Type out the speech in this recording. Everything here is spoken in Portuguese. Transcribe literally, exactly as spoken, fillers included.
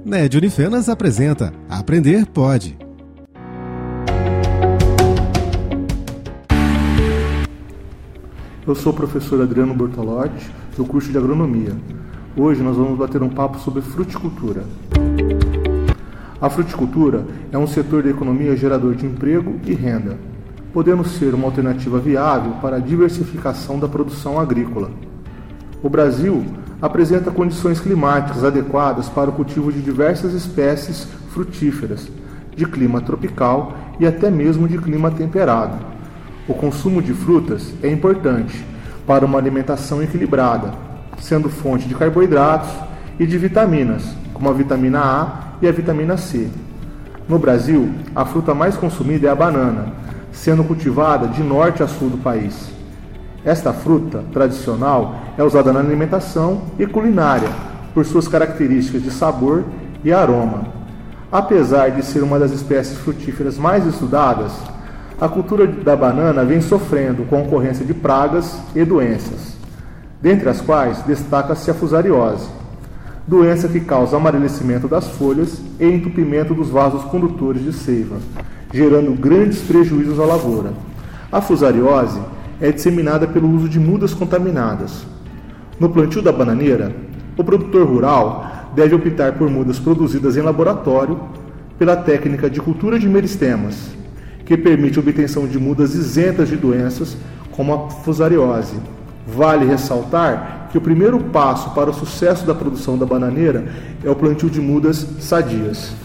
Ned Unifenas apresenta Aprender Pode. Eu sou o professor Adriano Bortolotti, do curso de Agronomia. Hoje nós vamos bater um papo sobre fruticultura. A fruticultura é um setor da economia gerador de emprego e renda, podendo ser uma alternativa viável para a diversificação da produção agrícola. O Brasil apresenta condições climáticas adequadas para o cultivo de diversas espécies frutíferas, de clima tropical e até mesmo de clima temperado. O consumo de frutas é importante para uma alimentação equilibrada, sendo fonte de carboidratos e de vitaminas, como a vitamina A e a vitamina C. No Brasil, a fruta mais consumida é a banana, sendo cultivada de norte a sul do país. Esta fruta tradicional é usada na alimentação e culinária por suas características de sabor e aroma. Apesar de ser uma das espécies frutíferas mais estudadas, a cultura da banana vem sofrendo com a ocorrência de pragas e doenças, dentre as quais destaca-se a fusariose, doença que causa amarelecimento das folhas e entupimento dos vasos condutores de seiva, gerando grandes prejuízos à lavoura. A fusariose é disseminada pelo uso de mudas contaminadas. No plantio da bananeira, o produtor rural deve optar por mudas produzidas em laboratório pela técnica de cultura de meristemas, que permite a obtenção de mudas isentas de doenças como a fusariose. Vale ressaltar que o primeiro passo para o sucesso da produção da bananeira é o plantio de mudas sadias.